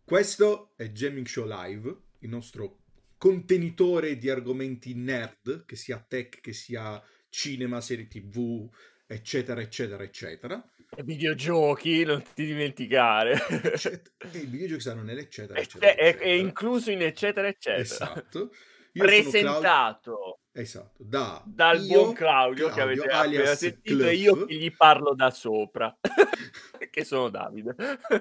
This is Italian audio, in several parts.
Questo è Gaming Show Live, il nostro contenitore di argomenti nerd, che sia tech, che sia cinema, serie TV, eccetera, eccetera, eccetera. E videogiochi, non ti dimenticare. E i videogiochi stanno nell'eccetera, E eccetera, è eccetera. incluso in eccetera, eccetera. Esatto. Io sono Claudio. Presentato Esatto. Da dal buon io, Claudio, che Claudio, avete appena alias sentito, e Cluff. io che gli parlo da sopra, che sono Davide.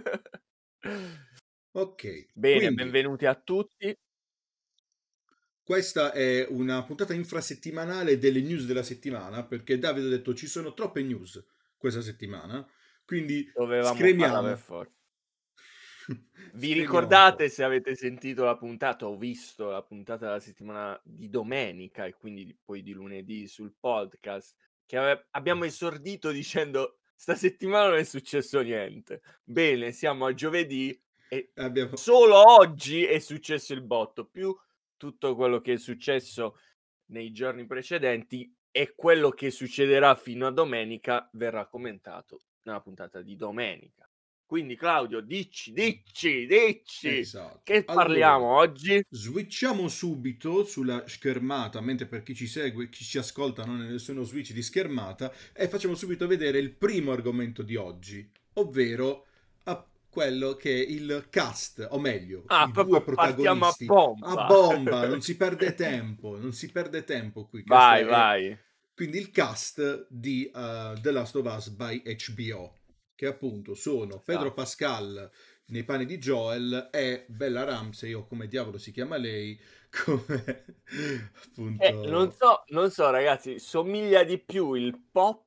Ok, Bene, quindi benvenuti a tutti. questa è una puntata infrasettimanale delle news della settimana, perché Davide ha detto ci sono troppe news questa settimana, quindi Dovevamo farla per scremiamo. forza. Vi Scremiamo un po'. ricordate, se avete sentito la puntata o visto la puntata della settimana di domenica e quindi poi di lunedì sul podcast, che abbiamo esordito dicendo sta settimana non è successo niente. Bene, siamo a giovedì e Abbiamo... solo oggi è successo il botto, più tutto quello che è successo nei giorni precedenti e quello che succederà fino a domenica verrà commentato nella puntata di domenica. Quindi Claudio, dici, Esatto. che parliamo Allora, oggi? switchiamo subito sulla schermata, mentre per chi ci segue, chi ci ascolta non è nessuno switch di schermata, e facciamo subito vedere il primo argomento di oggi, ovvero quello che è il cast, o meglio, i due Proprio partiamo a protagonisti. A pompa. bomba, non si perde tempo, non si perde tempo qui. Questa Vai, è vai. quindi il cast di The Last of Us by HBO, che appunto sono Pedro Esatto. Pascal nei panni di Joel e Bella Ramsey, o come diavolo si chiama lei, come appunto... Non so ragazzi, somiglia di più il pop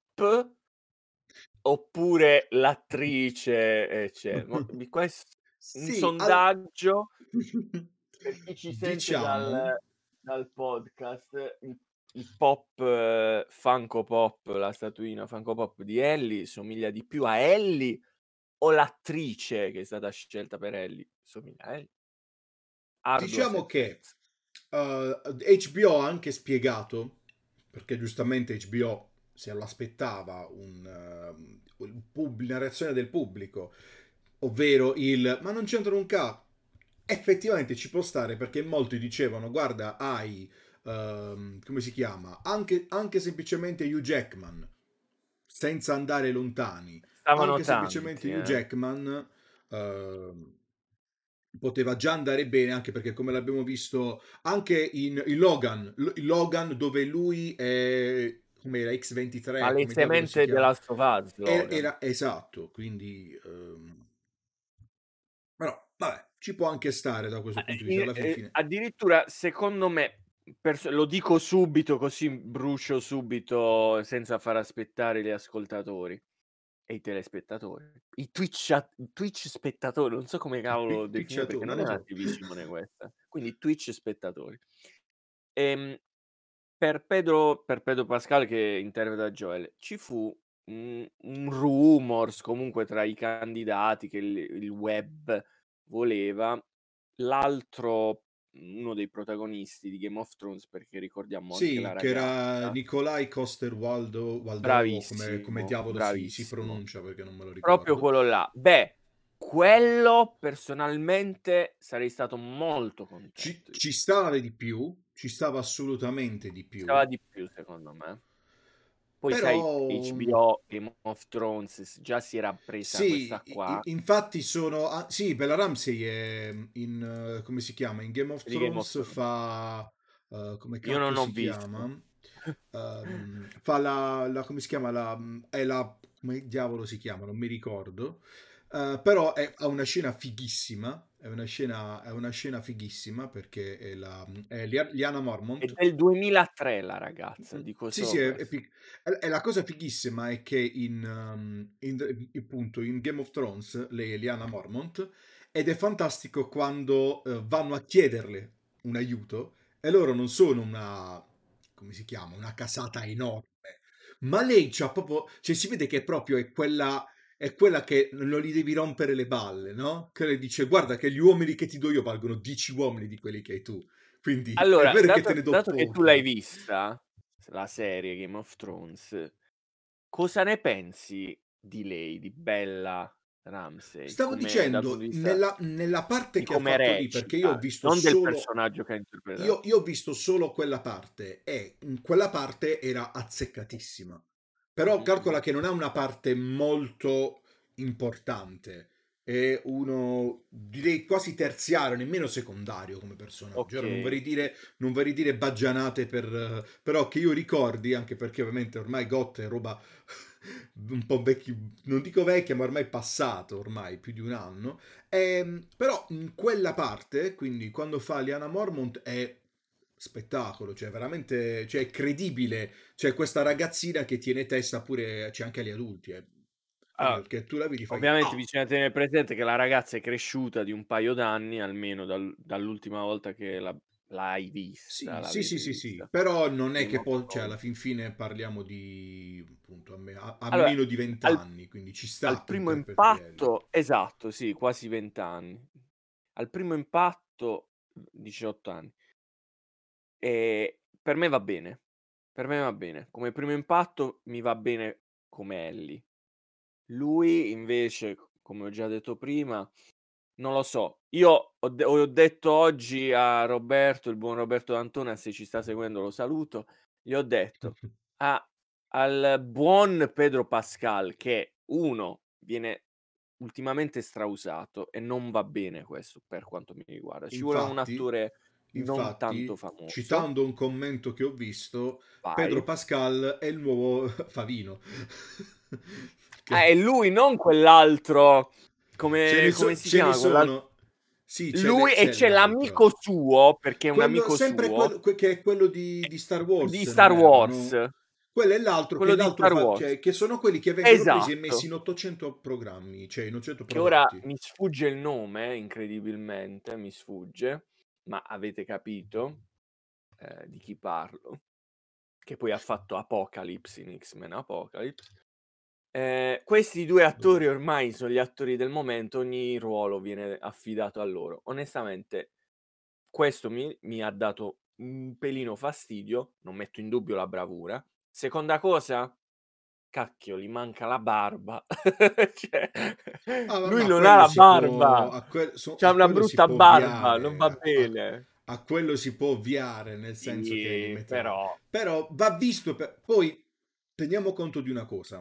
oppure l'attrice, mo di un Sì, sondaggio per chi ci sente diciamo... dal podcast, il pop, Funko Pop, la statuina Funko Pop di Ellie somiglia di più a Ellie o l'attrice che è stata scelta per Ellie somiglia a Ellie? Ardua Diciamo che sentenza. HBO ha anche spiegato, perché giustamente HBO se l'aspettava una reazione del pubblico, ovvero il ma non c'entra un K. Effettivamente ci può stare, perché molti dicevano guarda hai come si chiama, anche semplicemente Hugh Jackman, senza andare lontani, Stavano anche semplicemente tanti, Hugh Jackman ehm, poteva già andare bene, anche perché come l'abbiamo visto anche in Logan, dove lui è come era X23, come diavolo si palesemente The chiama, Last of Us, Logan. era esatto, quindi però vabbè, ci può anche stare da questo punto di vista, alla fin fine. Addirittura secondo me, lo dico subito così brucio subito senza far aspettare gli ascoltatori e i telespettatori, Twitch spettatori, non so come cavolo definire perché Picciato, non non è lo una so. divisione questa, quindi Twitch spettatori. Ehm, per Pedro Pascal che interpreta Joel, ci fu un rumors comunque tra i candidati che il web voleva. L'altro, uno dei protagonisti di Game of Thrones, perché ricordiamo anche la Sì, che era ragazza, Nikolai Coster-Waldau, o come bravissimo, diavolo si bravissimo. pronuncia, perché non me lo Proprio ricordo. quello là. Beh, quello personalmente sarei stato molto Ci, contento di ci stava di più, ci stava assolutamente di più, stava di più secondo me. Poi sai, però HBO, Game of Thrones, già si era presa sì, questa qua infatti sono... sì, Bella Ramsey è come si chiama? In Game of di Game of Thrones Thrones. fa... come Io cacchio non ho si chiama? visto. Fa come si chiama? È la... come diavolo si chiama? Non mi ricordo. Però ha una scena fighissima. È una scena fighissima, perché è Liana È Mormont. del 2003 la ragazza, dico Sì, solo sì, questo. è la cosa fighissima è che appunto in Game of Thrones lei è Lyanna Mormont, ed è fantastico quando vanno a chiederle un aiuto, e loro non sono una, come si chiama, una casata enorme, ma lei c'ha proprio, cioè si vede che proprio è quella che non gli devi rompere le balle, no? Che le dice guarda che gli uomini che ti do io valgono 10 uomini di quelli che hai tu, quindi è Allora, vero che te ne do dato che tu l'hai pochi. vista, la serie Game of Thrones, cosa ne pensi di lei, di Bella? Ramsay, Stavo come dal punto dicendo, di vista nella parte di che ha come fatto lì, perché io ho recita, visto non del solo personaggio che ha interpretato. io ho visto solo quella parte e in quella parte era azzeccatissima. Però Mh-mh, calcola mh-mh. che non è una parte molto importante, è uno direi quasi terziario, nemmeno secondario come personaggio. Ora Okay. non vorrei dire baggianate però che io ricordi, anche perché ovviamente ormai GOT è roba un po' vecchia, non dico vecchia, ma ormai passato, ormai più di un anno. Però in quella parte, quindi quando fa Liana Mormont, è spettacolo, cioè veramente, cioè è credibile. C'è questa ragazzina che tiene testa pure, c'è anche agli adulti. Allora, Che tu la vedi fai, ovviamente ah, bisogna tenere presente che la ragazza è cresciuta di un paio d'anni, almeno dall'ultima volta che l'hai vista, sì, sì, sì, l'avete sì, sì, vista. però non è Game che of poi, cioè alla Thrones. fin fine parliamo di, appunto, a Allora, meno di al 20 anni, quindi ci al sta primo per quei livelli. impatto esatto, sì, quasi 20 anni. Al primo impatto 18 anni. Per me va bene. Per me va bene. Come primo impatto mi va bene come Ellie. Lui invece, come ho già detto prima, non lo so. Io ho detto oggi a Roberto, il buon Roberto D'Antona, se ci sta seguendo lo saluto, gli ho detto: "A al buon Pedro Pascal che 1 viene ultimamente strausato e non va bene questo per quanto mi riguarda. Ci vuole un Infatti, attore non tanto infatti, famoso". citando un commento che ho visto, Pedro Vai. Pascal è il nuovo Favino. È Che lui, non quell'altro, come si ce ne chiama sono. Sì, lui e c'è c'è l'amico l'altro. suo, perché è un Quello, amico sempre suo, quello che è quello e di Star Wars, di se non Star erro, Wars, no? Quello è l'altro, che quello di l'altro Star fa, Wars. cioè, che sono quelli che vengono presi e messi Esatto, in 800 programmi, cioè in 800 che ora prodotti. mi sfugge il nome, incredibilmente, mi sfugge, ma avete capito, di chi parlo, che poi ha fatto Apocalypse in X-Men Apocalypse. Questi 2 Vabbè. attori ormai sono gli attori del momento, ogni ruolo viene affidato a loro. Onestamente questo mi ha dato un pelino fastidio, non metto in dubbio la bravura. Seconda cosa, cacchio, gli manca la barba. Cioè, lui Ma a non ha quello la si può, barba, a c'ha una quello si brutta può barba, non ovviare, va bene. a quello si può ovviare, nel senso che non Sì, metterà. però Però va visto, poi teniamo conto di una cosa.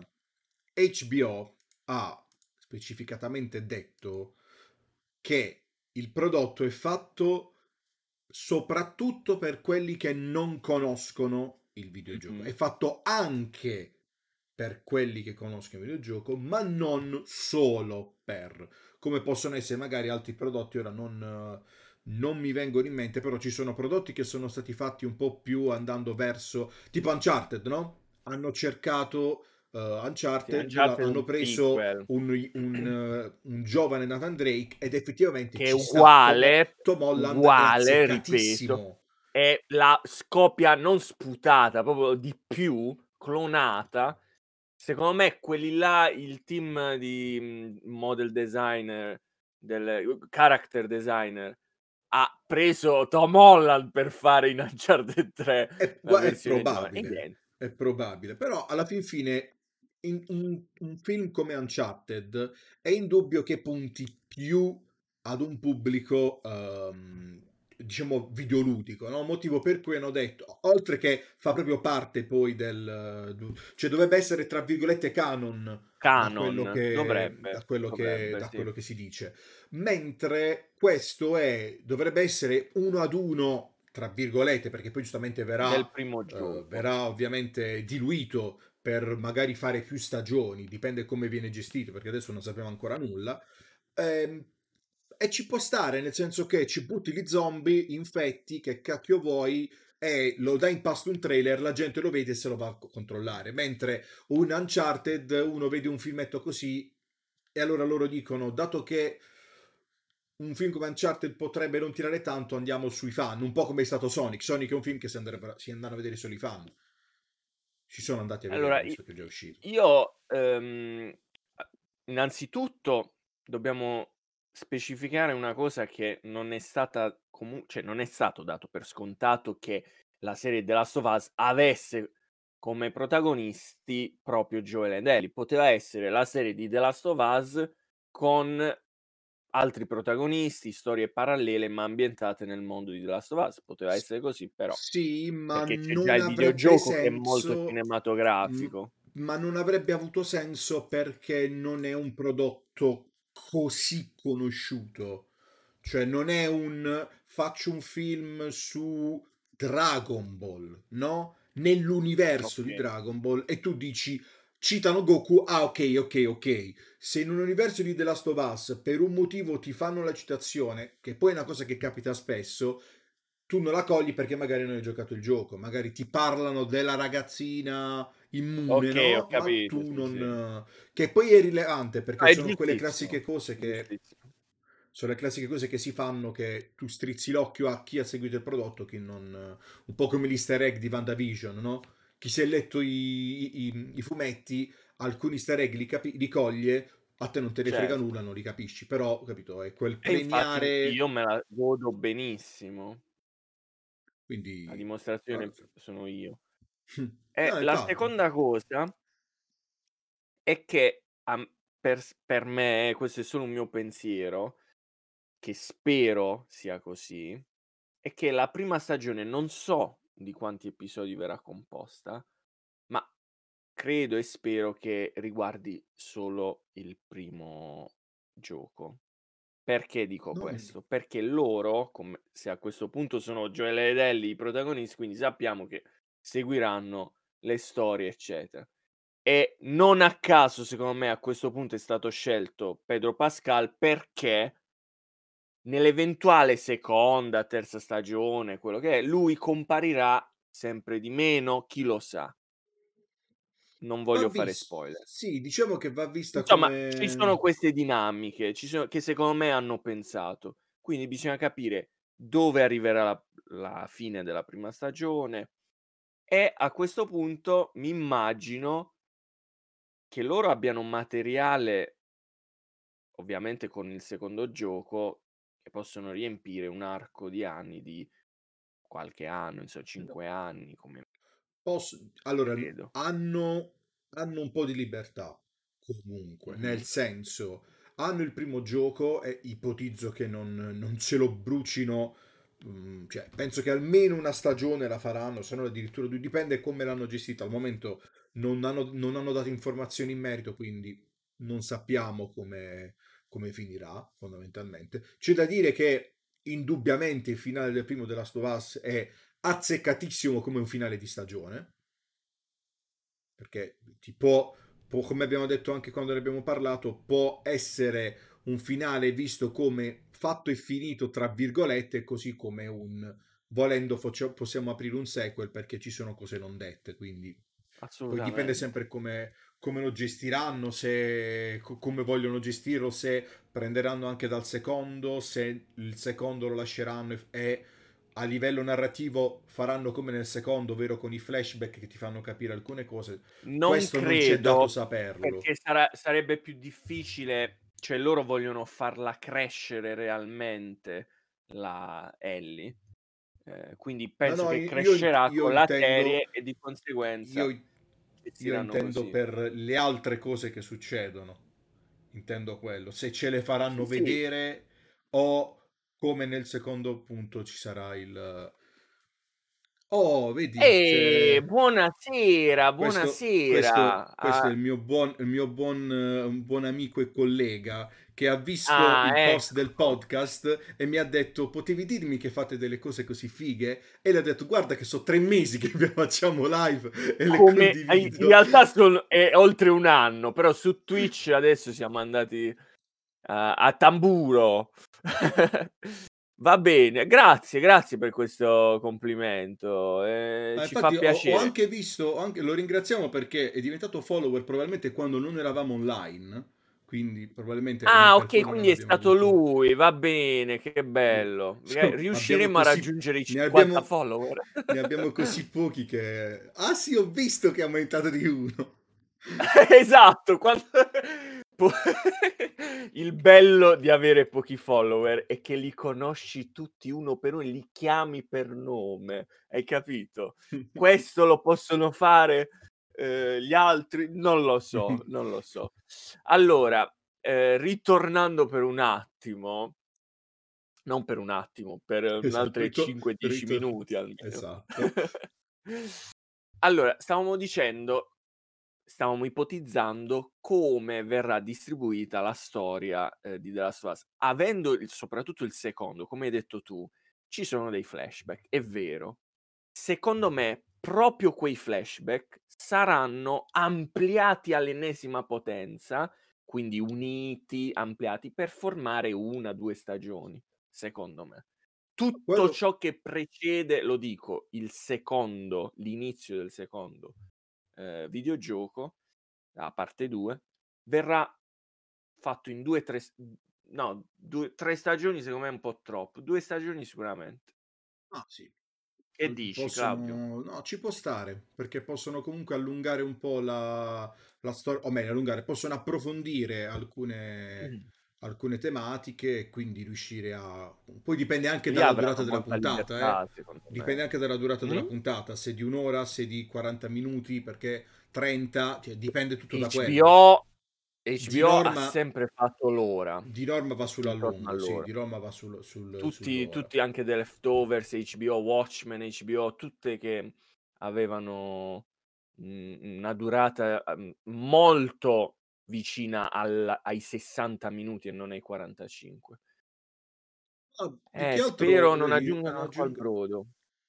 HBO ha specificatamente detto che il prodotto è fatto soprattutto per quelli che non conoscono il videogioco. mh-mh. È fatto anche per quelli che conoscono il videogioco, ma non solo per, come possono essere magari altri prodotti. Ora non mi vengono in mente, però ci sono prodotti che sono stati fatti un po' più andando verso, tipo Uncharted, no? Hanno cercato Sì, Uncharted, Uncharted è hanno un preso prequel un giovane Nathan Drake ed effettivamente che è ci sta. uguale, Tom Holland è uguale, ripeto. azzeccatissimo. È la scopia non sputata, proprio di più, clonata. Secondo me quelli là, il team di, model designer, del character designer, ha preso Tom Holland per fare in Uncharted 3 la versione giovane. È È probabile, però alla fin fine un film come Uncharted è indubbio che punti più ad un pubblico, diciamo, videoludico, no? Motivo per cui hanno detto, oltre che fa proprio parte poi cioè dovrebbe essere, tra virgolette, canon canon. Dovrebbe, da sì. quello che si dice. Mentre questo dovrebbe essere uno ad uno, tra virgolette, perché poi giustamente Del primo gioco. verrà ovviamente diluito per magari fare più stagioni, dipende come viene gestito, perché adesso non sappiamo ancora nulla. Ehm, e ci può stare, nel senso che ci butti gli zombie infetti, che cacchio vuoi, e lo dai in pasto un trailer, la gente lo vede e se lo va a controllare. Mentre un Uncharted, uno vede un filmetto così, e allora loro dicono, dato che un film come Uncharted potrebbe non tirare tanto, andiamo sui fan, un po' come è stato Sonic. Sonic è un film che si andranno a vedere solo i fan. Si sono andati a Allora vederlo, i visto che è già uscito. io, innanzitutto dobbiamo specificare una cosa che non è stata cioè non è stato dato per scontato che la serie The Last of Us avesse come protagonisti proprio Joel ed Ellie. Poteva essere la serie di The Last of Us con altri protagonisti, storie parallele, ma ambientate nel mondo di The Last of Us. Poteva S essere così, però sì, ma perché c'è già non il avrebbe videogioco che è molto senso, mhmm, cinematografico. ma non avrebbe avuto senso perché non è un prodotto così conosciuto. Cioè non è un faccio un film su Dragon Ball, no? Nell'universo di Okay, Dragon Ball e tu dici citano Goku, ah ok, ok, ok. Se in un universo di The Last of Us per un motivo ti fanno la citazione, che poi è una cosa che capita spesso, tu non la cogli perché magari non hai giocato il gioco, magari ti parlano della ragazzina immune, okay, ho no? Ma capito, tu sì, sì. non... Che poi è rilevante No, perché è sono quelle giustissimo, classiche cose che... giustissimo. Sono le classiche cose che si fanno che tu strizzi l'occhio a chi ha seguito il prodotto, chi non... Un po' come l'easter egg di WandaVision, no? Chi si è letto i fumetti, alcuni easter egg li coglie, a te non te ne frega Certo. nulla, non li capisci, però, capito, è quel E infatti premiare... io me la godo benissimo. La Quindi... dimostrazione guarda, sono io. E no, la infatti, seconda infatti. cosa è che per me, questo è solo un mio pensiero, che spero sia così, è che la prima stagione non so di quanti episodi verrà composta, ma credo e spero che riguardi solo il primo gioco. Perché dico Non... questo? Perché loro, come se a questo punto sono Joel ed Ellie i protagonisti, quindi sappiamo che seguiranno le storie, eccetera. E non a caso, secondo me, a questo punto è stato scelto Pedro Pascal perché nell'eventuale seconda, terza stagione, quello che è, lui comparirà sempre di meno, chi lo sa. Non Va voglio fare visto, spoiler. sì, diciamo che va vista Insomma, ci sono come... queste dinamiche, ci sono che secondo me hanno pensato. Quindi bisogna capire dove arriverà la fine della prima stagione e a questo punto mi immagino che loro abbiano un materiale, ovviamente con il secondo gioco, che possono riempire un arco di anni di qualche anno, insomma 5 anni come Allora, credo. hanno un po' di libertà, comunque, nel Mh-mh. senso, hanno il primo gioco e ipotizzo che non se lo brucino, cioè, penso che almeno una stagione la faranno, se no addirittura due, dipende come l'hanno gestita. Al momento non hanno dato informazioni in merito, quindi non sappiamo come finirà, fondamentalmente. C'è da dire che indubbiamente il finale del primo The Last of Us è azzeccatissimo come un finale di stagione, perché come abbiamo detto anche quando ne abbiamo parlato, può essere un finale visto come fatto e finito, tra virgolette, così come volendo possiamo aprire un sequel perché ci sono cose non dette, quindi poi dipende Assolutamente. sempre come lo gestiranno, come vogliono gestirlo, se prenderanno anche dal secondo, se il secondo lo lasceranno e a livello narrativo faranno come nel secondo, ovvero con i flashback che ti fanno capire alcune cose. Non Questo non ci è dato credo, saperlo. perché sarebbe più difficile, cioè loro vogliono farla crescere realmente la Ellie, quindi No, penso no, che io, crescerà io con la intendo, serie e di conseguenza io, io gestiranno intendo così. per le altre cose che succedono. Intendo quello. Se ce le Sì, faranno sì. vedere o come nel secondo punto ci sarà il... Oh, vedi, c'è... Buonasera, Questo, buonasera. questo è il mio buon un buon amico e collega che ha visto Ah, il post del ecco. podcast e mi ha detto: Potevi dirmi che fate delle cose così fighe? E le ho detto: Guarda, che sono 3 mesi che facciamo live e le Come in condivido. realtà è oltre 1 anno, però su Twitch adesso siamo andati a tamburo. Va bene, grazie, grazie per questo complimento, ci fa Infatti, ho piacere. anche visto, lo ringraziamo perché è diventato follower probabilmente quando non eravamo online. Quindi, probabilmente Ah, per okay, quello non quindi è abbiamo stato avuto. lui, va bene, che Sì. bello. Abbiamo Riusciremo a così, raggiungere i ne 50 abbiamo, follower. ne abbiamo così pochi che... Ah sì, ho visto che è aumentato di uno. Esatto, po il bello di avere pochi follower è che li conosci tutti uno per uno, li chiami per nome, hai capito? Questo lo possono fare, gli altri? Non lo so, non lo so. Allora, ritornando per un attimo, non per un attimo, per un Esatto, altre 5, 10 minuti almeno. esatto. Allora, stavamo ipotizzando come verrà distribuita la storia, di The Last of Us. Avendo soprattutto il secondo, come hai detto tu, ci sono dei flashback, è vero. Secondo me proprio quei flashback saranno ampliati all'ennesima potenza, quindi uniti, ampliati per formare 1, 2 stagioni, secondo me. Tutto Quello ciò che precede, lo dico, l'inizio del secondo, videogioco, la parte 2, verrà fatto in 2, 3 no, 2, 3 stagioni secondo me è un po' troppo, 2 stagioni sicuramente. ah sì. Che dici, Claudio? Possono no, ci può stare, perché possono comunque allungare un po' la storia, o meglio, allungare, possono approfondire Mh. alcune tematiche e quindi riuscire a... Poi dipende anche Lì dalla durata avranno della molta puntata, eh. libertà secondo Dipende me. anche dalla durata della Mh? puntata, se di un'ora, se di 40 minuti, perché 30, cioè dipende tutto da quello. HBO Di HBO ha norma, sempre fatto l'ora, di norma va sulla intorno lunga, sì, all'ora. di norma va sull'ora. Tutti anche The Leftovers, HBO, Watchmen, HBO, tutte che avevano, una durata, molto vicina ai 60 minuti e non ai 45. Ah, più che altro, Spero non vedi, aggiungano acqua al brodo.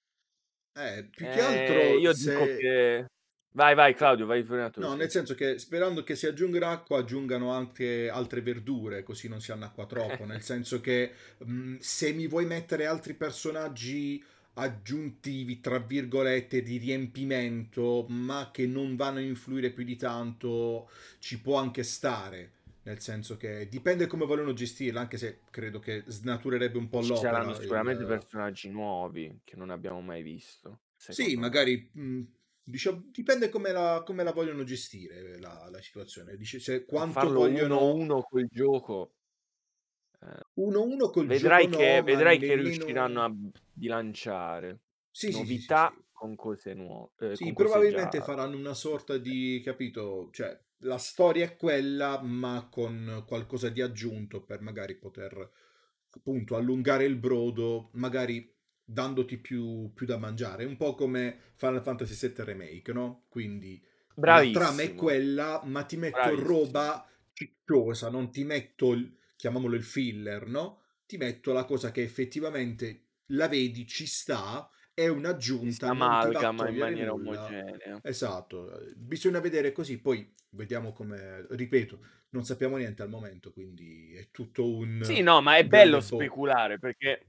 più che altro Io dico se... che vai Claudio, vai prima tu, No, sì. nel senso che sperando che si aggiunga acqua, aggiungano anche altre verdure, così non si annacqua troppo. Nel senso che se mi vuoi mettere altri personaggi aggiuntivi, tra virgolette, di riempimento, ma che non vanno a influire più di tanto, ci può anche stare. Nel senso che dipende come vogliono gestirla, anche se credo che snaturerebbe un po' Ci saranno l'opera. sicuramente personaggi nuovi che non abbiamo mai visto, Sì, secondo me. magari diciamo, dipende come la vogliono gestire la situazione. Dice, se quanto Farlo vogliono 1-1 col gioco, ehm, 1-1 col gioco vedrai no, che ma vedrai che riusciranno nemmeno... a bilanciare Sì, sì, sì, sì, novità sì. con cose Sì, con cose probabilmente già faranno una sorta di, capito? Cioè, la storia è quella, ma con qualcosa di aggiunto per magari poter, appunto, allungare il brodo, magari dandoti più da mangiare. Un po' come Final Fantasy VII Remake, no? Quindi la trama è bravissimo, quella, ma ti metto bravissimo. roba cicciosa, non ti metto, chiamiamolo il filler, no? Ti metto la cosa che effettivamente la vedi, ci sta, è Che si un'aggiunta, non ti va a amalgama in togliere maniera nulla. omogenea. Esatto, bisogna vedere così, poi vediamo come, ripeto, non sappiamo niente al momento, quindi è tutto Sì, un no, ma è bello grande boh. speculare perché,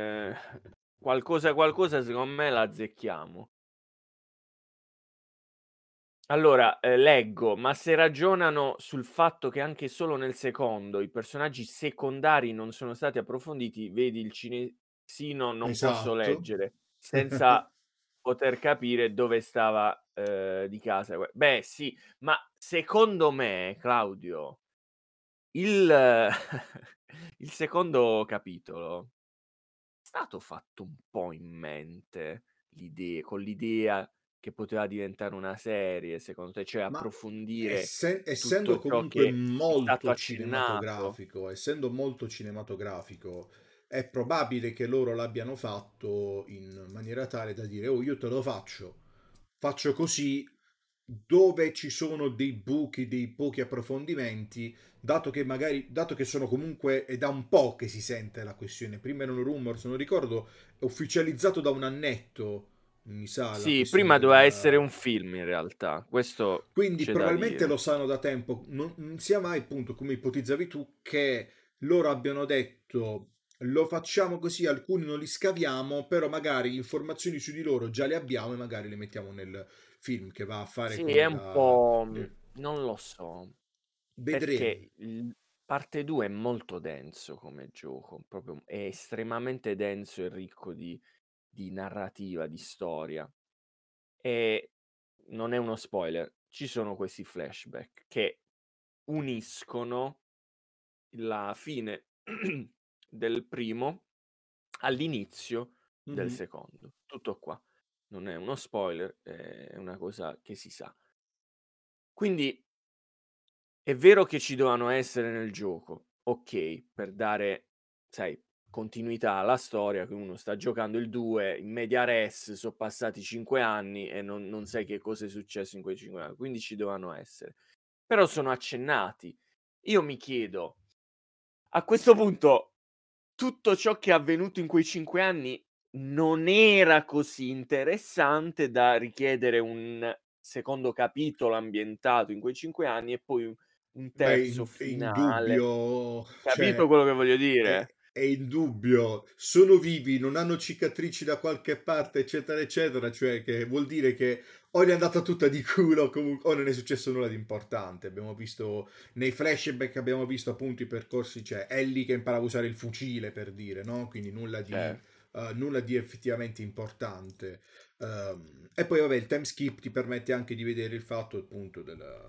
qualcosa secondo me la azzecchiamo. Allora, leggo: "Ma se ragionano sul fatto che anche solo nel secondo i personaggi secondari non sono stati approfonditi, vedi il cinesino non posso Esatto. leggere", senza poter capire dove stava, di casa beh sì, ma secondo me, Claudio, il il secondo capitolo è stato fatto un po' in mente con l'idea che poteva diventare una serie, secondo te? Cioè Ma approfondire essendo tutto ciò comunque che è stato molto accennato. cinematografico, essendo molto cinematografico, è probabile che loro l'abbiano fatto in maniera tale da dire, oh, io te lo faccio così, dove ci sono dei buchi, dei pochi approfondimenti, dato che magari, dato che sono comunque, è da un po' che si sente la questione, prima erano rumors, non ricordo, è ufficializzato da un annetto, mi sa, la Sì, questione prima doveva essere del... un film in realtà, questo Quindi c'è da probabilmente lo dire. sanno da tempo, non sia mai appunto come ipotizzavi tu che loro abbiano detto lo facciamo così, alcuni non li scaviamo, però magari informazioni su di loro già le abbiamo e magari le mettiamo nel film che va a fare Sì, è quindi un da... po' non lo so, Vedremo. perché il parte 2 è molto denso come gioco, proprio è estremamente denso e ricco di narrativa, di storia. E non è uno spoiler, ci sono questi flashback che uniscono la fine del primo all'inizio del Mhm. secondo. Tutto qua. Non è uno spoiler, è una cosa che si sa. Quindi È vero che ci dovevano essere nel gioco, okay, per dare, sai, continuità alla storia, che uno sta giocando il 2, in media res so' passati 5 anni e non sai che cosa è successo in quei 5 anni, quindi ci dovevano essere. Però sono accennati. Io mi chiedo, a questo punto, tutto ciò che è avvenuto in quei 5 anni non era così interessante da richiedere un secondo capitolo ambientato in quei 5 anni e poi un Beh, terzo è finale. indubbio, Capito cioè, quello che voglio dire? è indubbio. Sono vivi, non hanno cicatrici da qualche parte, eccetera, eccetera. Cioè, che vuol dire che o gli è andata tutta di culo, comunque, o non è successo nulla di importante. Abbiamo visto nei flashback, abbiamo visto appunto i percorsi, cioè Ellie che imparava a usare il fucile per dire, no? Quindi Certo. nulla di effettivamente importante. E poi, vabbè, il time skip ti permette anche di vedere il fatto appunto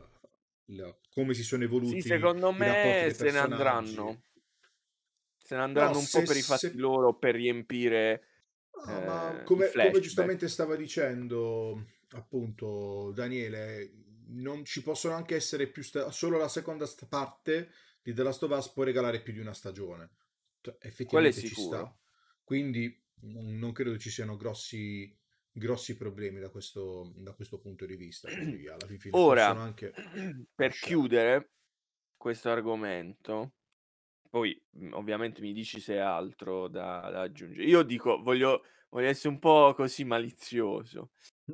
come si sono Sì, evoluti secondo i rapporti me dei se ne personaggi. andranno. Se ne No, andranno un po' per i fatti loro, per riempire, no, ma i come flashback. giustamente stava dicendo appunto Daniele, non ci possono anche essere solo la seconda parte di The Last of Us può regalare più di una stagione. Cioè, Quello è effettivamente ci sta. sicuro. Quindi non credo ci siano grossi problemi da questo punto di vista. Quindi alla fine possono Ora, anche per lasciare. chiudere questo argomento, poi, ovviamente mi dici se hai altro da aggiungere. Io dico voglio essere un po' così malizioso.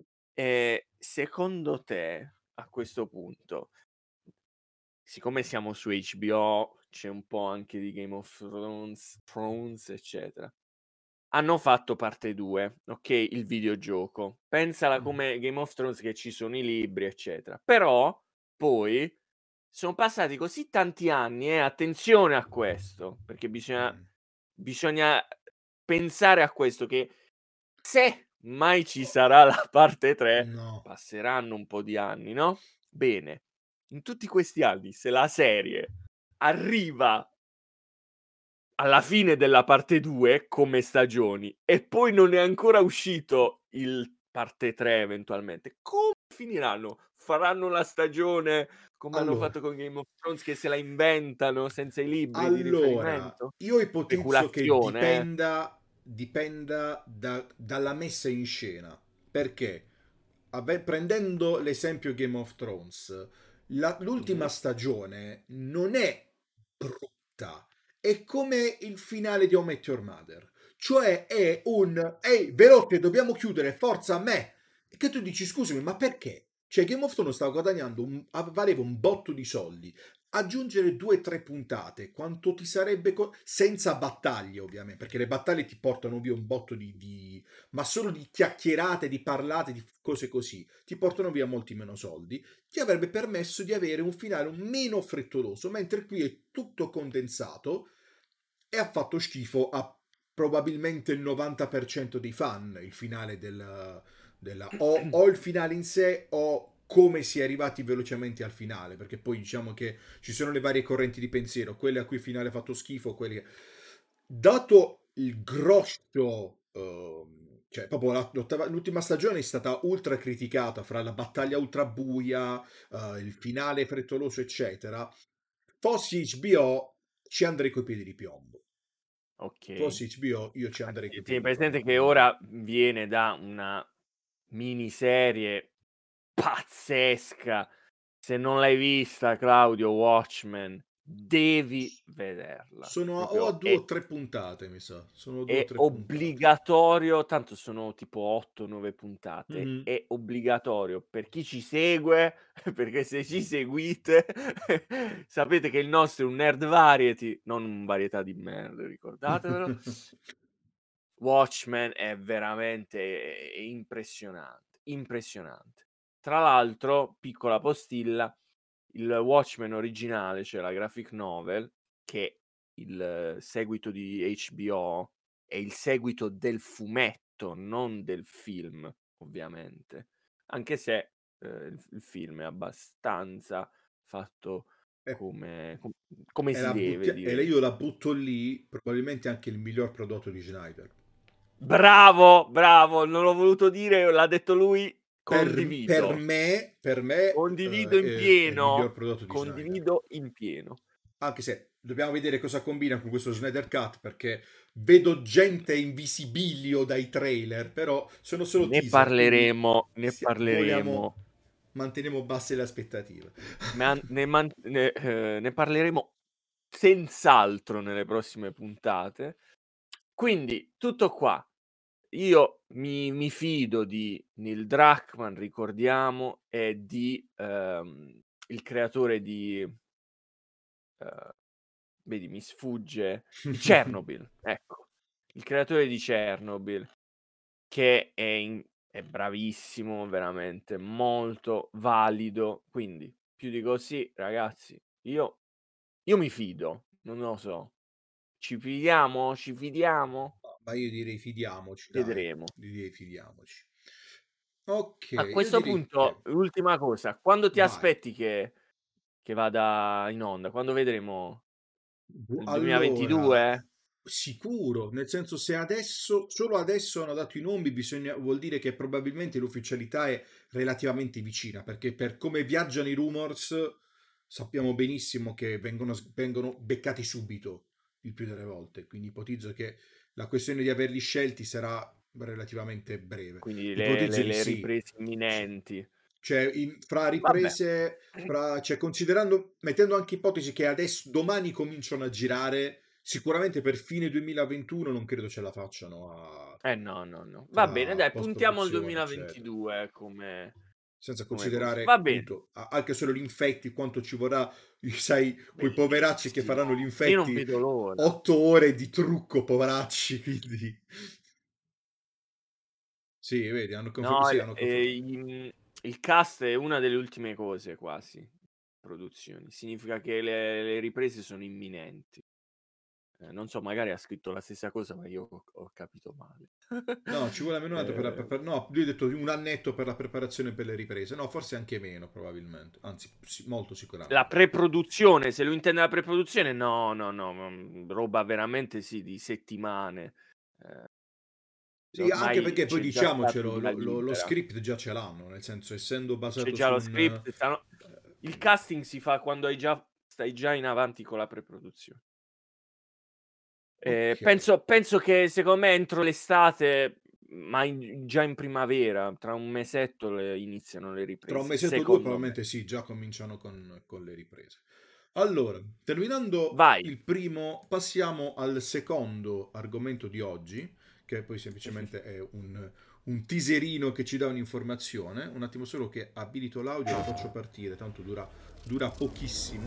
Secondo te, a questo punto, siccome siamo su HBO, c'è un po' anche di Game of Thrones, eccetera. Hanno fatto parte 2, okay, il videogioco. Pensala Mm, come Game of Thrones che ci sono i libri, eccetera. Però poi son passati così tanti anni attenzione a questo, perché mm. bisogna pensare a questo, che se mai ci sarà la parte 3 No. passeranno un po' di anni, no, bene, in tutti questi anni se la serie arriva alla fine della parte 2 come stagioni e poi non è ancora uscito il parte 3 eventualmente, come finiranno? Faranno la stagione come hanno Allora, fatto con Game of Thrones, che se la inventano senza i libri di Allora, riferimento? io ipotizzo che Speculazione, dipenda dalla messa in scena. Perché? Prendendo l'esempio Game of Thrones, l'ultima Mh-mh. stagione non è brutta, è come il finale di How I Met Your Mother. Cioè è un ehi, veloce, dobbiamo chiudere, forza a me. E che tu dici, scusami, ma perché? Cioè Game of Thrones stava guadagnando, valeva un botto di soldi. Aggiungere 2 o 3 puntate, quanto ti sarebbe senza battaglie ovviamente, perché le battaglie ti portano via un botto ma solo di chiacchierate, di parlate, di cose così, ti portano via molti meno soldi, ti avrebbe permesso di avere un finale meno frettoloso, mentre qui è tutto condensato e ha fatto schifo a probabilmente il 90% dei fan, il finale o il finale in sé o come si è arrivati velocemente al finale, perché poi diciamo che ci sono le varie correnti di pensiero, quelle a cui il finale ha fatto schifo, quelli dato il grosso cioè proprio l'ultima stagione è stata ultra criticata fra la battaglia ultra buia, il finale frettoloso eccetera. Fossi HBO ci andrei coi piedi di piombo. Okay. Fossi HBO io ci andrei coi Tieni piedi di piombo, presente che quindi ora viene da una miniserie pazzesca. Se non l'hai vista, Claudio, Watchmen, devi vederla. sono o a Proprio 2 o 3 puntate, mi sa. Sono 2 o 3 puntate. obbligatorio, tanto sono tipo 8, 9 puntate, Mhm. è obbligatorio per chi ci segue, perché se ci seguite sapete che il nostro è un nerd variety, non un varietà di merda, ricordatevelo. Watchmen è veramente impressionante, impressionante. Tra l'altro, piccola postilla, il Watchmen originale, cioè la graphic novel, che è il seguito di HBO, è il seguito del fumetto, non del film, ovviamente. Anche se, il film è abbastanza fatto E, come e si deve, direi. io la butto lì, probabilmente anche il miglior prodotto di Schneider. Bravo, bravo, non l'ho voluto dire, l'ha detto lui. Condivido. Per me Condivido in è il miglior pieno, prodotto di Snyder. condivido in pieno. Anche se dobbiamo vedere cosa combina con questo Snyder Cut, perché vedo gente in visibilio dai trailer, però sono solo Ne teaser, quindi parleremo, ne parleremo. manteniamo basse le aspettative. Ne parleremo senz'altro nelle prossime puntate. Quindi tutto qua. Io mi fido di Neil Druckmann, ricordiamo, e di, il creatore di vedi mi sfugge, di Chernobyl, ecco. Il creatore di Chernobyl che è bravissimo, veramente molto valido, quindi più di così ragazzi, io mi fido, non lo so. Ci fidiamo? Ci fidiamo? Ma io direi fidiamoci, dai, Vedremo. direi fidiamoci. Ok, A io questo direi punto, che l'ultima cosa, quando ti vai. aspetti che vada in onda? Quando vedremo il Allora, 2022? sicuro, nel senso se adesso, solo adesso hanno dato i nomi, vuol dire che probabilmente l'ufficialità è relativamente vicina, perché per come viaggiano i rumors sappiamo benissimo che vengono beccati subito il più delle volte, quindi ipotizzo che la questione di averli scelti sarà relativamente breve. Quindi Ipotizzo di le sì. riprese imminenti. Cioè, fra Vabbè, riprese, cioè, considerando, mettendo anche ipotesi che adesso, domani cominciano a girare, sicuramente per fine 2021 non credo ce la facciano no, no, no. Va bene, tra dai, puntiamo al post-produzione, eccetera. 2022 come Senza cosa. considerare, Va bene, appunto, anche solo gli infetti, quanto ci vorrà, sai, quei poveracci che bellissimo. faranno gli Io non infetti, vedo l'ora. 8 ore di trucco, poveracci, quindi... Sì, vedi, No, sì, hanno confermato. il cast è una delle ultime cose quasi, produzioni. Significa che le riprese sono imminenti. Non so, magari ha scritto la stessa cosa, ma io ho capito male. No, ci vuole almeno un altro per la Ehm, preparazione. No, lui ha detto un annetto per la preparazione per le riprese. No, forse anche meno, probabilmente. Anzi, molto la sicuramente. preproduzione, se lui intende la preproduzione, no, no, no, roba veramente sì, di settimane. Ehm, Sì, anche ormai perché poi c'è già stato il diciamocelo, via lo libera. script già ce l'hanno, nel senso, essendo C'è basato già su lo un... script, il casting si fa quando stai già in avanti con la preproduzione. ok. Penso che secondo me entro l'estate, ma già in primavera, tra un mesetto iniziano le Tra un riprese, mesetto o due secondo me. probabilmente sì, già cominciano con le riprese. Allora, terminando Vai. il primo, passiamo al secondo argomento di oggi, che poi semplicemente è un teaserino che ci dà un'informazione. Un attimo solo che abilito l'audio e lo faccio partire, tanto dura pochissimo.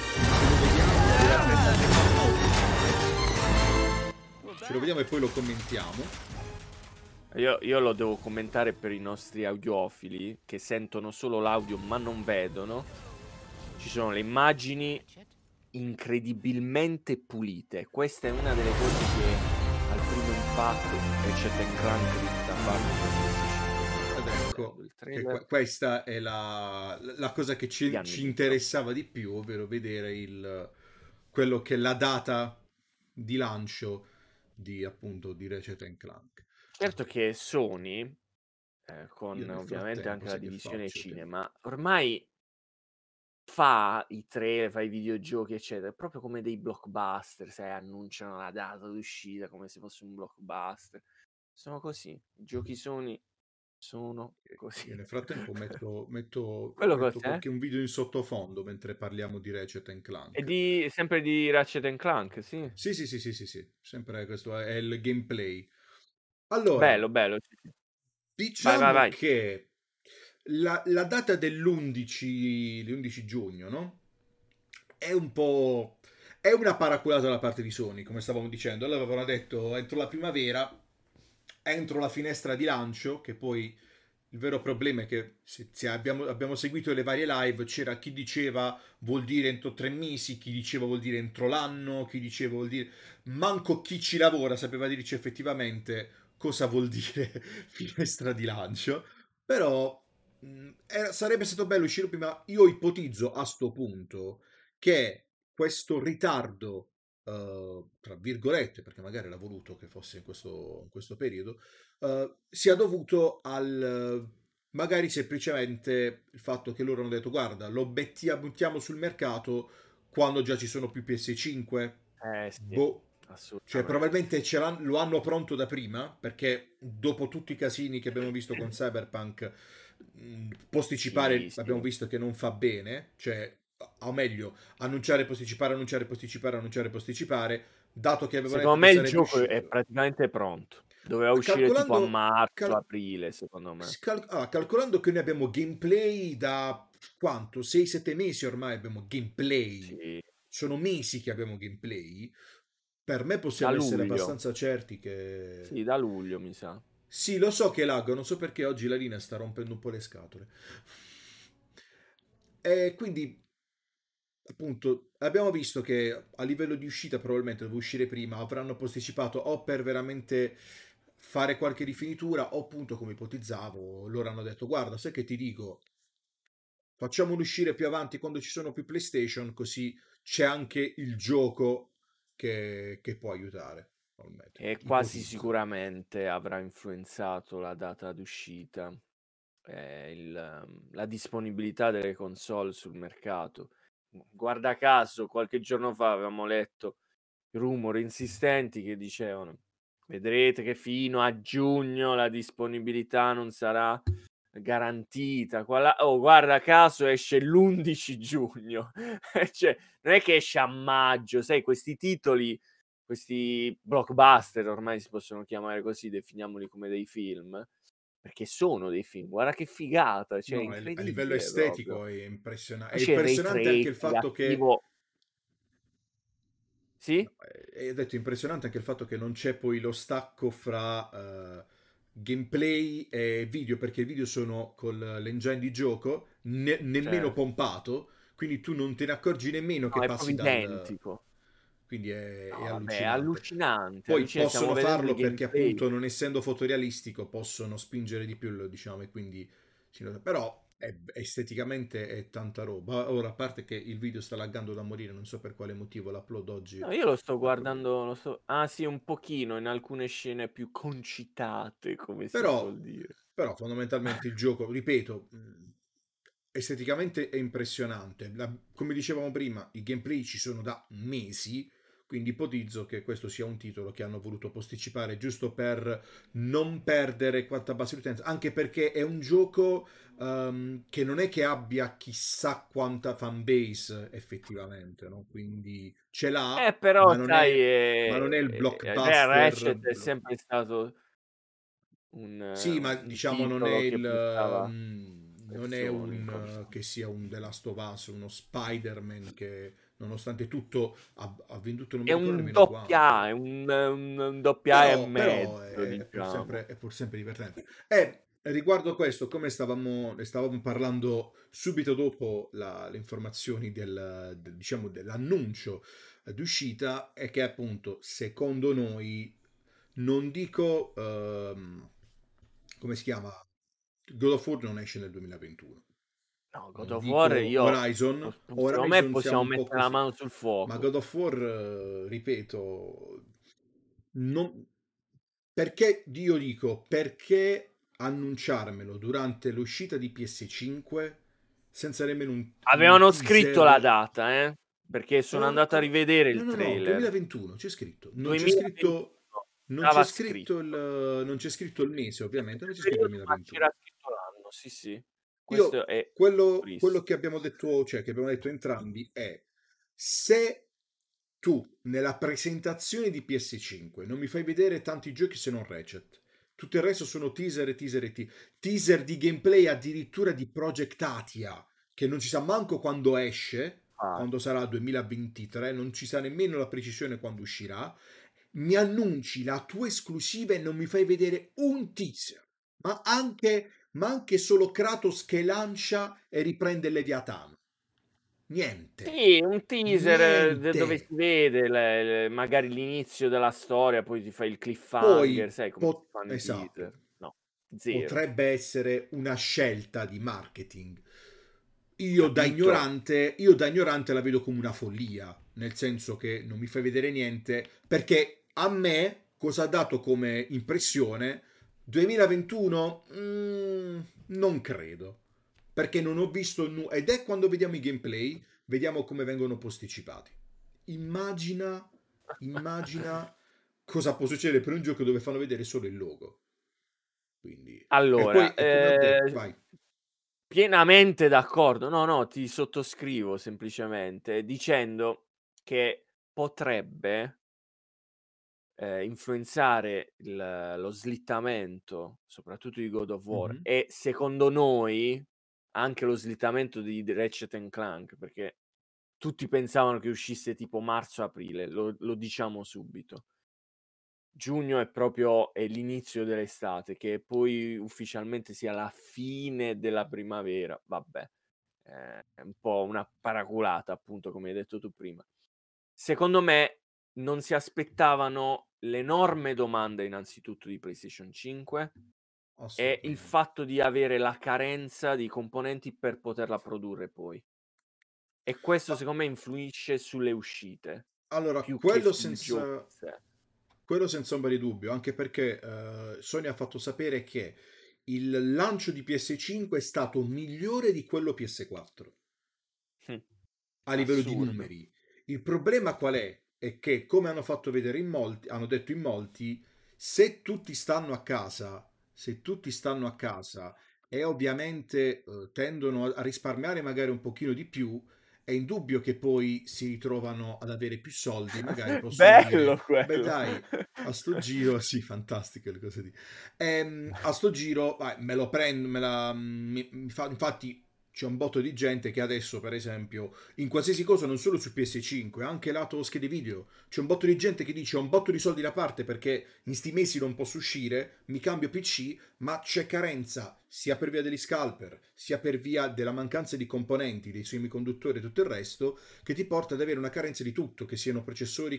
Ce lo vediamo e poi lo commentiamo. Io lo devo commentare per i nostri audiofili che sentono solo l'audio ma non vedono. Ci sono le immagini incredibilmente pulite. Questa è una delle cose che al primo impatto Ratchet Clank risulta fare Ed vedendo ecco il che trailer questa è la cosa che di ci anni fa. interessava di più, ovvero vedere quello che è la data di lancio di appunto di Ratchet Clank. Certo che Sony, Io con nel ovviamente frattempo anche la sai che divisione faccio? cinema, ormai fa i trailer, fa i videogiochi, eccetera, proprio come dei blockbuster, sai, annunciano la data d'uscita come se fosse un blockbuster. Sono così, i giochi Sony sono così. Io nel frattempo Quello metto cos'è? qualche un video in sottofondo mentre parliamo di Ratchet È Clank. di sempre di Ratchet Clank, sì. Sì, sì, sì, sì, sì, sì, sempre questo è il gameplay. Allora, Bello, bello, sì, sì. Vai, vai, diciamo vai. che la data l'11 giugno, no? È un po'... È una paraculata da parte di Sony, come stavamo dicendo. Allora avevano detto entro la primavera, entro la finestra di lancio, che poi il vero problema è che se abbiamo seguito le varie live, c'era chi diceva vuol dire entro 3 mesi, chi diceva vuol dire entro l'anno, chi diceva vuol dire... Manco chi ci lavora sapeva dirci effettivamente cosa vuol dire finestra di lancio. Però sarebbe stato bello uscire prima. Io ipotizzo a sto punto che questo ritardo, tra virgolette, perché magari era voluto che fosse in questo periodo, sia dovuto al magari semplicemente il fatto che loro hanno detto guarda, lo buttiamo sul mercato quando già ci sono più PS5. Sì, Boh. Cioè, assolutamente. probabilmente lo hanno pronto da prima, perché dopo tutti i casini che abbiamo visto con Cyberpunk, Sì, posticipare abbiamo sì. visto che non fa bene, cioè, o meglio, annunciare, posticipare, annunciare, posticipare, annunciare, posticipare, dato che avevano detto Secondo che me il sarebbe gioco è uscito. praticamente pronto. Doveva uscire tipo a Calcolando, marzo, cal- aprile, secondo me. calcolando che noi abbiamo gameplay da quanto? 6-7 mesi ormai abbiamo gameplay. Sì, Sono mesi che abbiamo gameplay. Per me da possiamo essere luglio. abbastanza certi che... Sì, da luglio mi sa. Sì, lo so che lag, non so perché oggi la linea sta rompendo un po' le scatole. E quindi, appunto, abbiamo visto che a livello di uscita probabilmente doveva uscire prima, avranno posticipato o per veramente fare qualche rifinitura o appunto come ipotizzavo, loro hanno detto guarda, sai che ti dico, facciamolo uscire più avanti quando ci sono più PlayStation, così c'è anche il gioco che può aiutare. Probabilmente. E quasi Ipotizzo. sicuramente avrà influenzato la data d'uscita, la disponibilità delle console sul mercato. Guarda caso, qualche giorno fa avevamo letto rumori insistenti che dicevano: vedrete che fino a giugno la disponibilità non sarà garantita. Oh, guarda caso esce l'11 giugno. Cioè, non è che esce a maggio, sai, questi titoli, questi blockbuster ormai si possono chiamare così, definiamoli come dei film, perché sono dei film. Guarda che figata, cioè, No, a livello incredibile proprio. estetico è impressionante. Poi È c'è il ray impressionante anche il tracing fatto che... attivo. No, Sì? è detto impressionante anche il fatto che non c'è poi lo stacco fra gameplay e video, perché i video sono con l'engine di gioco, nemmeno Certo. pompato, quindi tu non te ne accorgi nemmeno No, che è passi proprio dal... identico. Quindi No, è vabbè, è allucinante. allucinante, Poi allucinante. Stiamo possono vedendo il farlo perché gameplay. appunto non essendo fotorealistico possono spingere di più, diciamo, e quindi... Però esteticamente è tanta roba. Ora, a parte che il video sta laggando da morire, non so per quale motivo l'upload oggi No, io lo sto è proprio... guardando, ah sì, un pochino in alcune scene più concitate, come si Però, suol dire. però fondamentalmente il gioco, ripeto, esteticamente è impressionante. Come dicevamo prima, i gameplay ci sono da mesi, quindi ipotizzo che questo sia un titolo che hanno voluto posticipare giusto per non perdere quanta base di utenza, anche perché è un gioco che non è che abbia chissà quanta fanbase effettivamente, no? Quindi ce l'ha, Però ma non sai, è, ma non è il beh, blockbuster. Ratchet è sempre stato Sì, ma un diciamo non è titolo che portava non è persone in confronto. che sia un The Last of Us, uno Spider-Man che nonostante tutto ha venduto non mi È ricordo un nemmeno doppia A, è quanto. un doppia A e Però mezzo, diciamo. è pur sempre divertente. E riguardo questo, come ne stavamo parlando subito dopo le informazioni diciamo, dell'annuncio d'uscita, è che appunto secondo noi non dico come si chiama, God of War non esce nel 2021. No, God Non of War dico io Horizon. secondo me Horizon siamo possiamo un po' mettere la così. mano sul Ma fuoco. God of War, ripeto, non... perché io dico perché annunciarmelo durante l'uscita di PS5 senza nemmeno un Avevano scritto la teaser. data, perché sono andato a rivedere No, il no, no, trailer. 2021 c'è scritto. 2021 stava scritto. Non c'è scritto il mese, ovviamente, non Quel c'è scritto periodo, ma 2021. c'era scritto l'anno, sì, sì. Io Questo è quello verissimo. che abbiamo detto, cioè che abbiamo detto entrambi è se tu nella presentazione di PS5 non mi fai vedere tanti giochi se non Ratchet, tutto il resto sono teaser e teaser e teaser di gameplay addirittura di Project Atia che non ci sa manco quando esce, Ah, quando sarà 2023, non ci sa nemmeno la precisione quando uscirà, mi annunci la tua esclusiva e non mi fai vedere un teaser, ma anche solo Kratos che lancia e riprende il Leviatano. Niente. sì, un teaser, dove Niente. si vede magari l'inizio della storia, poi ti fai il cliffhanger, Poi, sai come si fanno i esatto, teaser. No, zero. potrebbe essere una scelta di marketing. Capito? Io da ignorante la vedo come una follia, nel senso che non mi fai vedere niente, perché a me cosa ha dato come impressione? 2021? Non credo, perché non ho visto ed è quando vediamo i gameplay, vediamo come vengono posticipati. Immagina, immagina cosa può succedere per un gioco dove fanno vedere solo il logo. Quindi, e poi, Allora, e come ho detto, vai. pienamente d'accordo. No, no, ti sottoscrivo semplicemente dicendo che potrebbe, influenzare lo slittamento, soprattutto di God of War, Mhm. e secondo noi anche lo slittamento di Ratchet& Clank, perché tutti pensavano che uscisse tipo marzo-aprile, lo diciamo subito. Giugno è l'inizio dell'estate, che poi ufficialmente sia la fine della primavera. Vabbè, è un po' una paraculata, appunto, come hai detto tu prima. Secondo me non si aspettavano l'enorme domanda innanzitutto di PlayStation 5 e il Assolutamente. fatto di avere la carenza di componenti per poterla produrre poi. E questo Ah, secondo me influisce sulle uscite, allora, più che sul gioco in sé. quello senza ombra di dubbio, anche perché Sony ha fatto sapere che il lancio di PS5 è stato migliore di quello PS4 Mh, a livello di assurdo. numeri. Il problema qual è? È che, come hanno fatto vedere in molti, hanno detto in molti, se tutti stanno a casa, se tutti stanno a casa e ovviamente tendono a risparmiare magari un pochino di più, è indubbio che poi si ritrovano ad avere più soldi, magari possono Bello dire, beh quello. dai, a sto giro, sì, fantastiche le cose di. A sto giro, vai, me lo prendo, infatti c'è un botto di gente che adesso, per esempio, in qualsiasi cosa, non solo su PS5, anche lato schede video, c'è un botto di gente che dice ho un botto di soldi da parte perché in sti mesi non posso uscire, mi cambio PC, ma c'è carenza sia per via degli scalper, sia per via della mancanza di componenti, dei semiconduttori e tutto il resto, che ti porta ad avere una carenza di tutto, che siano processori,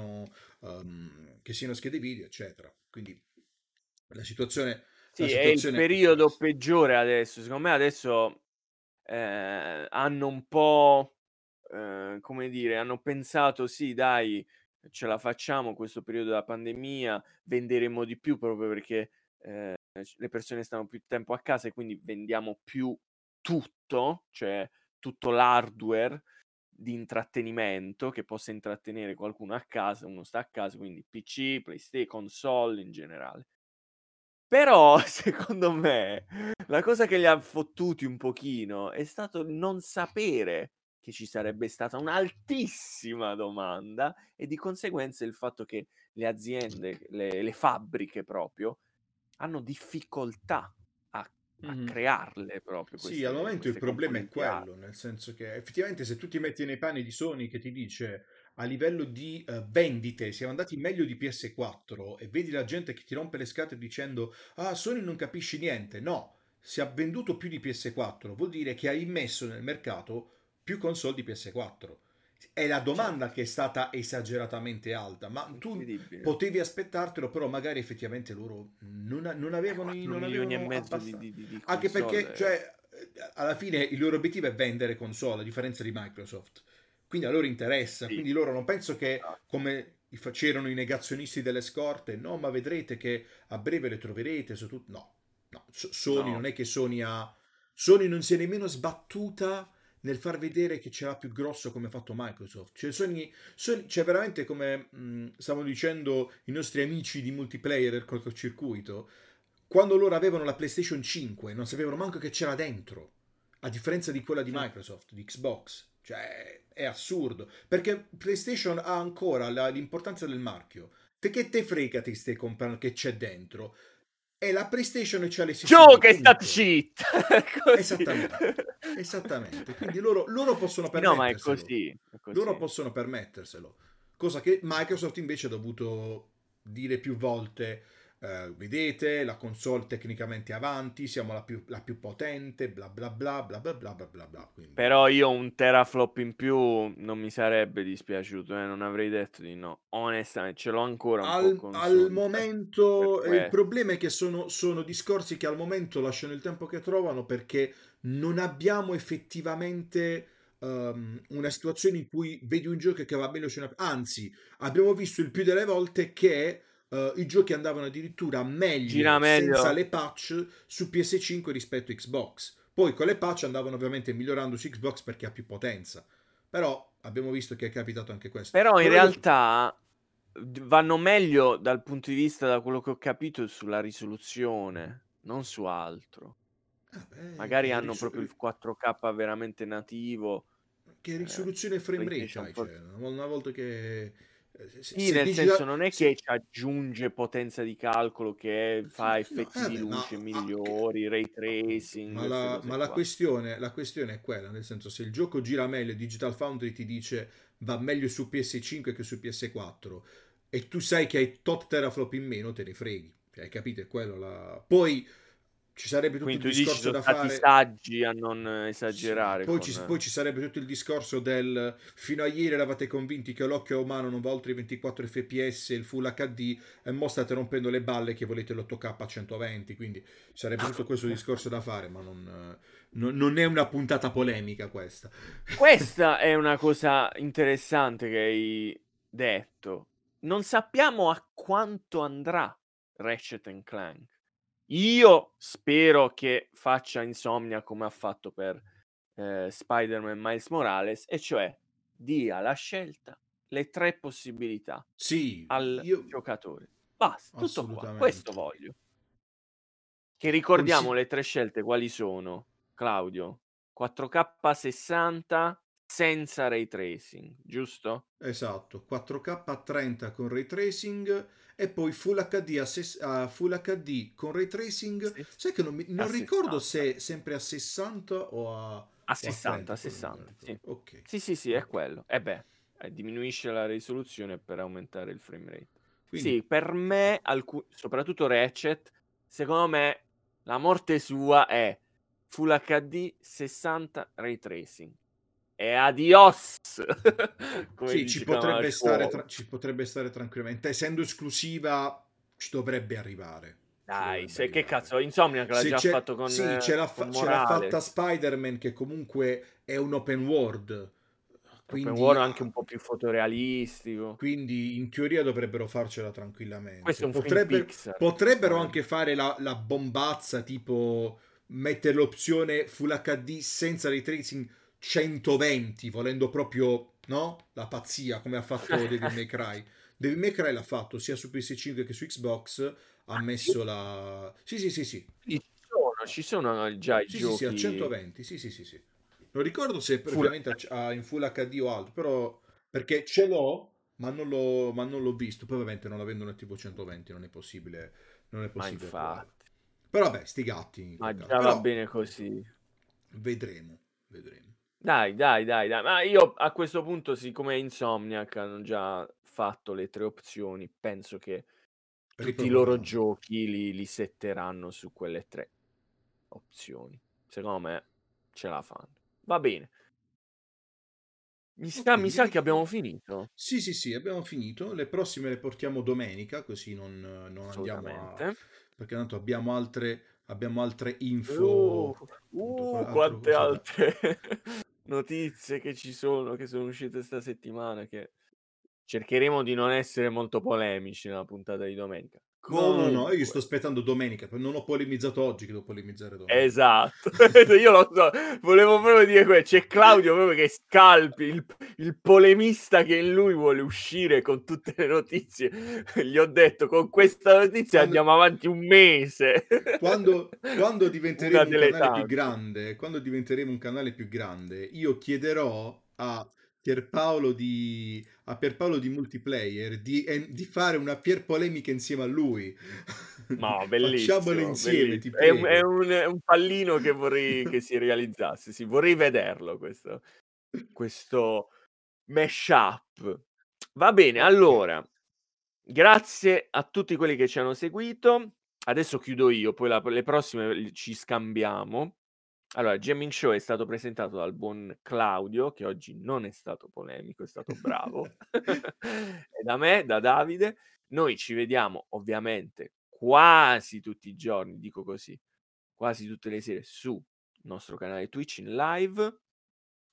che siano schede video, eccetera. Quindi la situazione, la Sì, è il situazione è periodo questa. peggiore adesso. Secondo me adesso, hanno un po', come dire, hanno pensato: "Sì dai, ce la facciamo questo periodo della pandemia, venderemo di più proprio perché, c le persone stanno più tempo a casa e quindi vendiamo più tutto, cioè tutto l'hardware di intrattenimento che possa intrattenere qualcuno a casa, uno sta a casa, quindi PC, console in generale." Però secondo me la cosa che li ha fottuti un pochino è stato il non sapere che ci sarebbe stata un'altissima domanda e di conseguenza il fatto che le aziende, le fabbriche proprio, hanno difficoltà a Mhm. crearle proprio Sì, al momento il queste problema è componenti quello, hardware. nel senso che effettivamente se tu ti metti nei panni di Sony che ti dice a livello di vendite siamo andati meglio di PS4 e vedi la gente che ti rompe le scatole dicendo ah, Sony non capisci niente, no, si è venduto più di PS4, vuol dire che hai immesso nel mercato più console di PS4. È la domanda Certo, che è stata esageratamente alta, ma tu incredibile. potevi aspettartelo, però magari effettivamente loro non avevano, 4 non milioni e avevano mezzo di abbastanza. di di di Anche perché, console. cioè, alla fine il loro obiettivo è vendere console, a differenza di Microsoft. Quindi a loro interessa, Sì, quindi loro non penso che esatto. come c'erano i negazionisti delle scorte, no, ma vedrete che a breve le troverete su tutto. No, no, Sony No, non è che Sony non si è nemmeno sbattuta nel far vedere che ce l'ha più grosso come ha fatto Microsoft. Cioè, c'è veramente come stavano dicendo i nostri amici di multiplayer del cortocircuito, quando loro avevano la PlayStation 5 non sapevano manco che c'era dentro, a differenza di quella di Microsoft, di Xbox. Cioè, è assurdo, perché PlayStation ha ancora l'importanza del marchio. Te che te frega ti stai comprando che c'è dentro? È la PlayStation e c'ha l'SSD, gioca e stat punto. shit, così. Esattamente, esattamente. Quindi loro possono Sì, no, ma è permetterselo. così, è Loro così. possono permetterselo. Cosa che Microsoft invece ha dovuto dire più volte. Vedete, la console tecnicamente avanti, siamo la più potente, bla bla bla bla bla bla bla bla bla. Quindi Però io un teraflop in più non mi sarebbe dispiaciuto, non avrei detto di no. Onestamente, ce l'ho ancora un po' con al Sony per momento il questo. problema è che sono discorsi che al momento lasciano il tempo che trovano perché non abbiamo effettivamente una situazione in cui vedi un gioco che va bene o c'è anzi abbiamo visto il più delle volte che i giochi andavano addirittura Gira meglio senza meglio. le patch su PS5 rispetto a Xbox. Poi con le patch andavano ovviamente migliorando su Xbox perché ha più potenza. Però abbiamo visto che è capitato anche questo. Però in Però io... realtà vanno meglio dal punto di vista, da quello che ho capito, sulla risoluzione, non su altro. Ah, Magari hanno proprio il 4K veramente nativo. che Eh, risoluzione e frame rate PlayStation hai? Cioè, forse. una volta che... Sì, Se nel senso digital... non è che ci aggiunge potenza di calcolo, che fa No, effetti di vabbè, ma... luce migliori, ray appunto, tracing, queste cose qua. la questione è quella, nel senso se il gioco gira meglio, Digital Foundry ti dice va meglio su PS5 che su PS4 e tu sai che hai tot teraflop in meno, te ne freghi. Cioè, hai capito? È quello la... Poi ci sarebbe tutto il Quindi tu dici discorso sono da stati fare. saggi a non Sì, esagerare poi con. ci sarebbe tutto il discorso del fino a ieri eravate convinti che l'occhio umano non va oltre i 24 fps e il Full HD e mo state rompendo le balle che volete l'8K a 120, quindi ci sarebbe tutto questo discorso da fare, ma non è una puntata polemica questa. Questa è una cosa interessante che hai detto. Non sappiamo a quanto andrà Ratchet and Clank. Io spero che faccia Insomnia come ha fatto per Spider-Man Miles Morales, e cioè dia la scelta, le tre possibilità Sì, al io giocatore. Basta, tutto qua. Questo assolutamente. voglio. Che Con ricordiamo le tre scelte quali sono, Claudio? 4K 60 senza ray tracing, giusto? esatto, 4K a 30 con ray tracing e poi Full HD a Full HD con ray tracing. Sì. Sai che A non ricordo 60. se è sempre a 60 A o a 60, 30 a quello 60, numerico. sì. Ok, Sì, sì, sì, è ok. quello. E beh, diminuisce la risoluzione per aumentare il frame rate. Quindi Sì, per me, soprattutto Ratchet, secondo me la morte sua è Full HD 60 ray tracing. E adios! Come sì, dice Camacuovo. ci potrebbe stare tranquillamente. Essendo esclusiva, ci dovrebbe arrivare. Ci Dai, dovrebbe se che arrivare. cazzo, Insomniac l'ha Se già c'è, fatto sì, con ce l'ha fatta Morales. Spider-Man che comunque è un open world. Open Quindi world anche un po' più fotorealistico. Quindi in teoria dovrebbero farcela Questo tranquillamente. è un film Pixar, Potrebbero praticamente. anche fare la bombazza, tipo mettere l'opzione Full HD senza ray tracing 120, volendo proprio, no? La pazzia, come ha fatto Devil May Cry. Devil May Cry l'ha fatto sia su PS5 che su Xbox, ha Ah, sì? messo la... Sì, sì, sì, sì. Quindi ci sono già i Sì, sì, sì, a giochi 120, sì, sì, sì, sì. Non ricordo se full praticamente HD. in Full HD o altro, però perché ce l'ho, ma non l'ho visto. Poi ovviamente non avendo una tipo 120 non è Ma possibile provarlo. infatti, Però vabbè, sti gatti in ma quel caso. già va Però bene così. vedremo, vedremo. Dai, dai, dai, dai. Ma io a questo punto, siccome Insomniac hanno già fatto le 3 opzioni, penso che tutti i loro Riproporranno. giochi li setteranno su quelle 3 opzioni. Secondo me ce la fanno. Va bene. Mi sa Ok, mi sa direi che che... abbiamo finito. Sì, sì, sì, abbiamo finito. Le prossime le portiamo domenica, così non andiamo a... Assolutamente. perché tanto abbiamo altre info, appunto, altre Quante cose da... altre notizie che ci sono, che sono uscite 'sta settimana, che cercheremo di non essere molto polemici nella puntata di domenica. No, no, no, io sto Comunque, aspettando domenica, non ho polemizzato oggi che devo polemizzare domenica. esatto, io lo so, volevo proprio dire c'è Claudio proprio che scalpi, il polemista che in lui vuole uscire con tutte le notizie. Gli ho detto: "Con questa notizia Quando, andiamo avanti un mese." quando Una diventeremo un delle canale più tante. grande, quando diventeremo un canale più grande, io chiederò a Pierpaolo di Multiplayer di fare una polemica insieme a lui. No, Facciamola bellissimo, insieme, ti è prego. un pallino che vorrei che si realizzasse, sì, vorrei vederlo questo mashup. Va bene, Ok, allora, grazie a tutti quelli che ci hanno seguito. Adesso chiudo io, poi le prossime ci scambiamo. Allora, Gaming Show è stato presentato dal buon Claudio, che oggi non è stato polemico, è stato bravo, e da me, da Davide. Noi ci vediamo ovviamente quasi tutti i giorni, dico così, quasi tutte le sere sul nostro canale Twitch in live.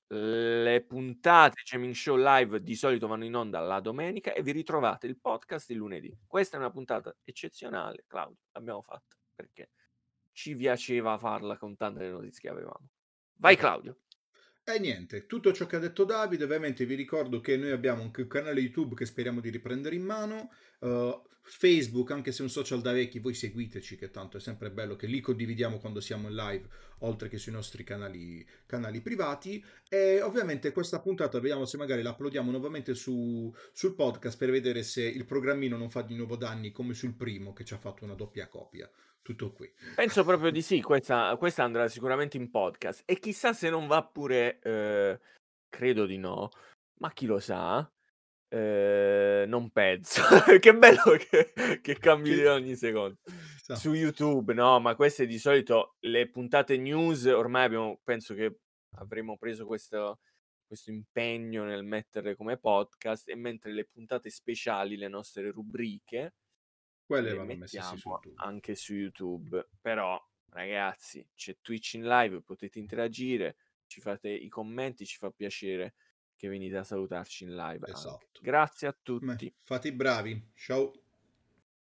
Le puntate Gaming Show Live di solito vanno in onda la domenica e vi ritrovate il podcast il lunedì. Questa è una puntata eccezionale, Claudio, l'abbiamo fatta perché ci piaceva farla con tante notizie che avevamo. Vai Esatto. Claudio. E niente, tutto ciò che ha detto Davide, ovviamente vi ricordo che noi abbiamo un canale YouTube che speriamo di riprendere in mano, Facebook, anche se è un social da vecchi, voi seguiteci che tanto è sempre bello che lì condividiamo quando siamo in live, oltre che sui nostri canali privati, e ovviamente questa puntata vediamo se magari la uploadiamo nuovamente sul podcast per vedere se il programmino non fa di nuovo danni come sul primo che ci ha fatto una doppia copia. Tutto qui. Penso proprio di sì, questa andrà sicuramente in podcast e chissà se non va pure, credo di no, ma chi lo sa? Non penso. Che bello che cambi Che... idea ogni secondo. Su Esatto. YouTube, no, ma queste di solito le puntate news ormai penso che avremo preso questo impegno nel metterle come podcast e mentre le puntate speciali, le nostre rubriche, Quelle le vanno messe sì su mettiamo YouTube. anche su YouTube. Però, ragazzi, c'è Twitch in live, potete interagire, ci fate i commenti, ci fa piacere che venite a salutarci in live anche. Esatto. Grazie a tutti. Fate i bravi. Ciao.